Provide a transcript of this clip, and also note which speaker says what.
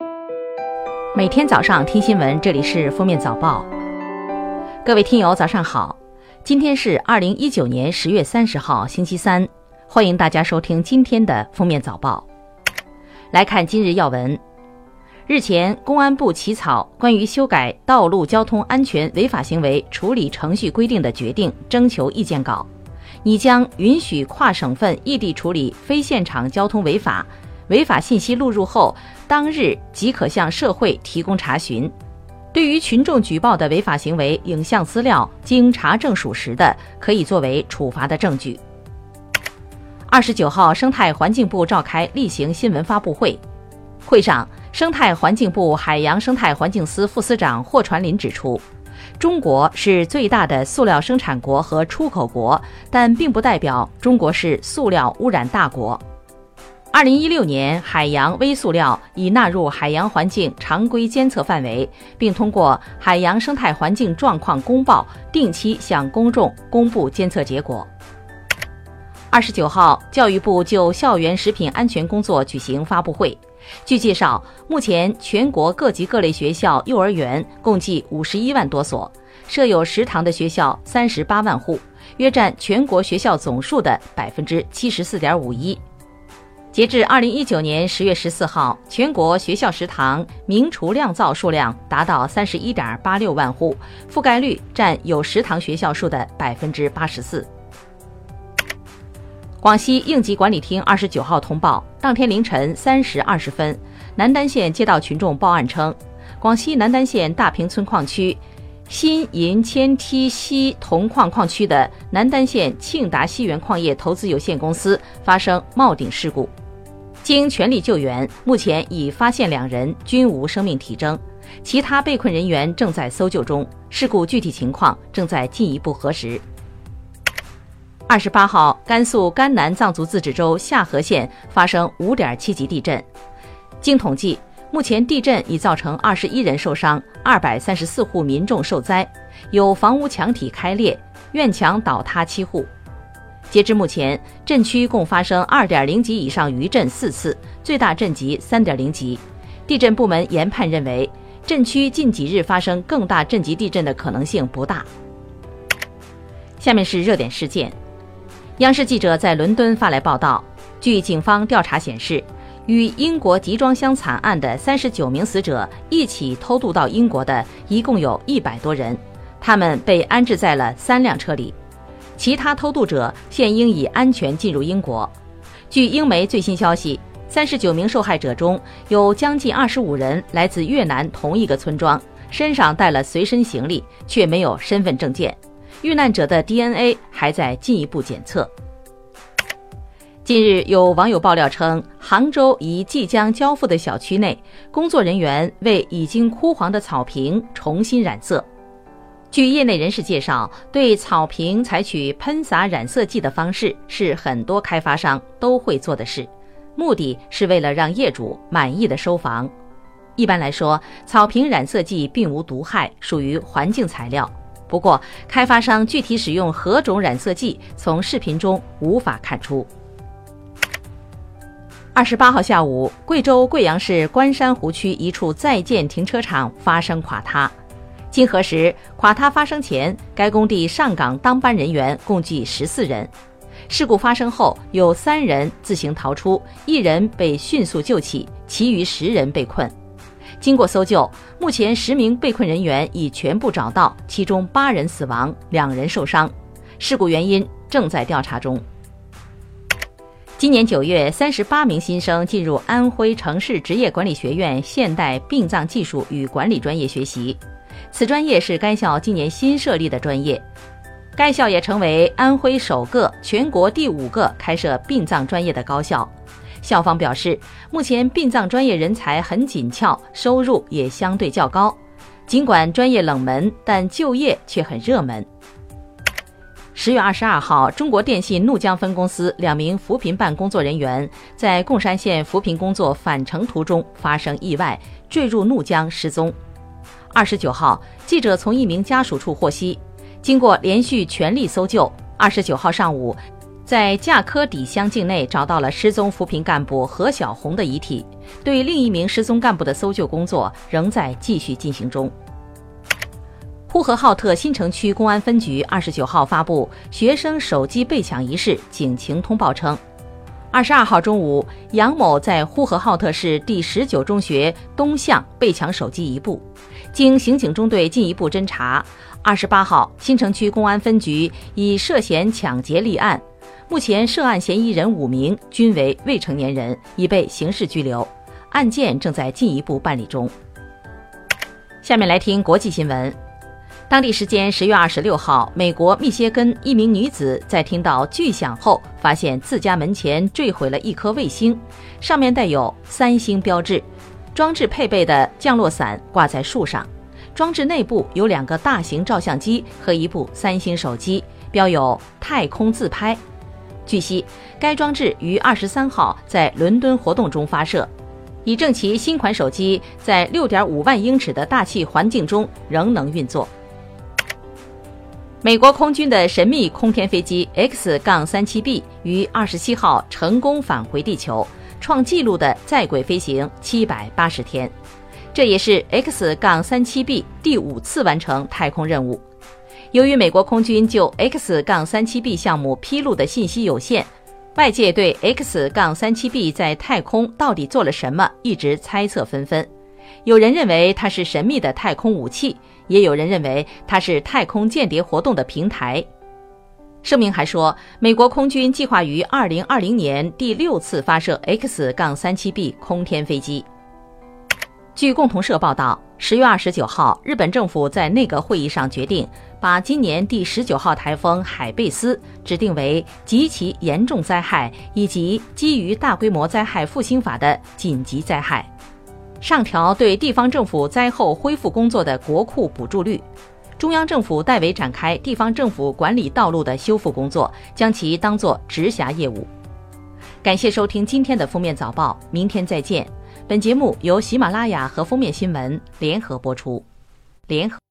Speaker 1: 每天早上听新闻，这里是封面早报。各位听友早上好，今天是2019年10月30号星期三，欢迎大家收听今天的封面早报。来看今日要闻。日前，公安部起草关于修改道路交通安全违法行为处理程序规定的决定征求意见稿，拟将允许跨省份异地处理非现场交通违法信息录入后，当日即可向社会提供查询。对于群众举报的违法行为影像资料，经查证属实的，可以作为处罚的证据。29号，生态环境部召开例行新闻发布会，会上，生态环境部海洋生态环境司副司长霍传林指出，中国是最大的塑料生产国和出口国，但并不代表中国是塑料污染大国。2016年，海洋微塑料已纳入海洋环境常规监测范围，并通过海洋生态环境状况公报定期向公众公布监测结果。29号，教育部就校园食品安全工作举行发布会。据介绍，目前全国各级各类学校、幼儿园共计51万多所，设有食堂的学校38万户，约占全国学校总数的 74.51%。截至2019年10月14号，全国学校食堂明厨亮灶数量达到 31.86 万户，覆盖率占有食堂学校数的 84%。广西应急管理厅29号通报，当天凌晨3时20分，南丹县接到群众报案称，广西南丹县大坪村矿区新银千梯西铜矿矿区的南丹县庆达西源矿业投资有限公司发生冒顶事故。经全力救援，目前已发现2人，均无生命体征，其他被困人员正在搜救中，事故具体情况正在进一步核实。28号，甘肃甘南藏族自治州夏河县发生 5.7 级地震。经统计，目前地震已造成21人受伤，234户民众受灾，有房屋墙体开裂，院墙倒塌7户。截至目前，震区共发生 2.0 级以上余震4次，最大震级 3.0 级。地震部门研判认为，震区近几日发生更大震级地震的可能性不大。下面是热点事件。央视记者在伦敦发来报道，据警方调查显示，与英国集装箱惨案的39名死者一起偷渡到英国的一共有100多人，他们被安置在了3辆车里。其他偷渡者现应已安全进入英国。据英媒最新消息，39名受害者中有将近25人来自越南同一个村庄，身上带了随身行李，却没有身份证件。遇难者的 DNA 还在进一步检测。近日，有网友爆料称，杭州一即将交付的小区内，工作人员为已经枯黄的草坪重新染色。据业内人士介绍，对草坪采取喷洒染色剂的方式是很多开发商都会做的事，目的是为了让业主满意的收房。一般来说，草坪染色剂并无毒害，属于环境材料。不过，开发商具体使用何种染色剂，从视频中无法看出。28号下午，贵州贵阳市关山湖区一处在建停车场发生垮塌。经核实，垮塌发生前，该工地上岗当班人员共计14人。事故发生后，有3人自行逃出，1人被迅速救起，其余10人被困。经过搜救，目前10名被困人员已全部找到，其中8人死亡，2人受伤。事故原因正在调查中。今年9月，38名新生进入安徽城市职业管理学院现代殡葬技术与管理专业学习。此专业是该校今年新设立的专业，该校也成为安徽首个、全国第5个开设殡葬专业的高校。校方表示，目前殡葬专业人才很紧俏，收入也相对较高。尽管专业冷门，但就业却很热门。10月22号，中国电信怒江分公司2名扶贫办工作人员在贡山县扶贫工作返程途中发生意外，坠入怒江失踪。29号，记者从一名家属处获悉，经过连续全力搜救，29号上午， 在架科底乡境内找到了失踪扶贫干部何小红的遗体，对另一名失踪干部的搜救工作仍在继续进行中。呼和浩特新城区公安分局29号发布学生手机被抢一事警情通报称，22号中午，杨某在呼和浩特市第19中学东巷被抢手机一部。经刑警中队进一步侦查，28号新城区公安分局以涉嫌抢劫立案，目前涉案嫌疑人5名均为未成年人，已被刑事拘留，案件正在进一步办理中。下面来听国际新闻。当地时间10月26号，美国密歇根一名女子在听到巨响后，发现自家门前坠毁了一颗卫星，上面带有3星标志，装置配备的降落伞挂在树上，装置内部有2个大型照相机和一部3星手机，标有太空自拍。据悉，该装置于23号在伦敦活动中发射，以证其新款手机在6.5万英尺的大气环境中仍能运作。美国空军的神秘空天飞机 X-37B 于27号成功返回地球，创纪录的在轨飞行780天，这也是 X-37B 第5次完成太空任务。由于美国空军就 X-37B 项目披露的信息有限，外界对 X-37B 在太空到底做了什么一直猜测纷纷。有人认为它是神秘的太空武器，也有人认为它是太空间谍活动的平台。声明还说，美国空军计划于2020年第6次发射 X-37B 空天飞机。据共同社报道，10月29号，日本政府在内阁会议上决定，把今年第19号台风海贝斯指定为极其严重灾害以及基于大规模灾害复兴法的紧急灾害，上调对地方政府灾后恢复工作的国库补助率。中央政府代为展开地方政府管理道路的修复工作，将其当作直辖业务。感谢收听今天的封面早报，明天再见。本节目由喜马拉雅和封面新闻联合播出。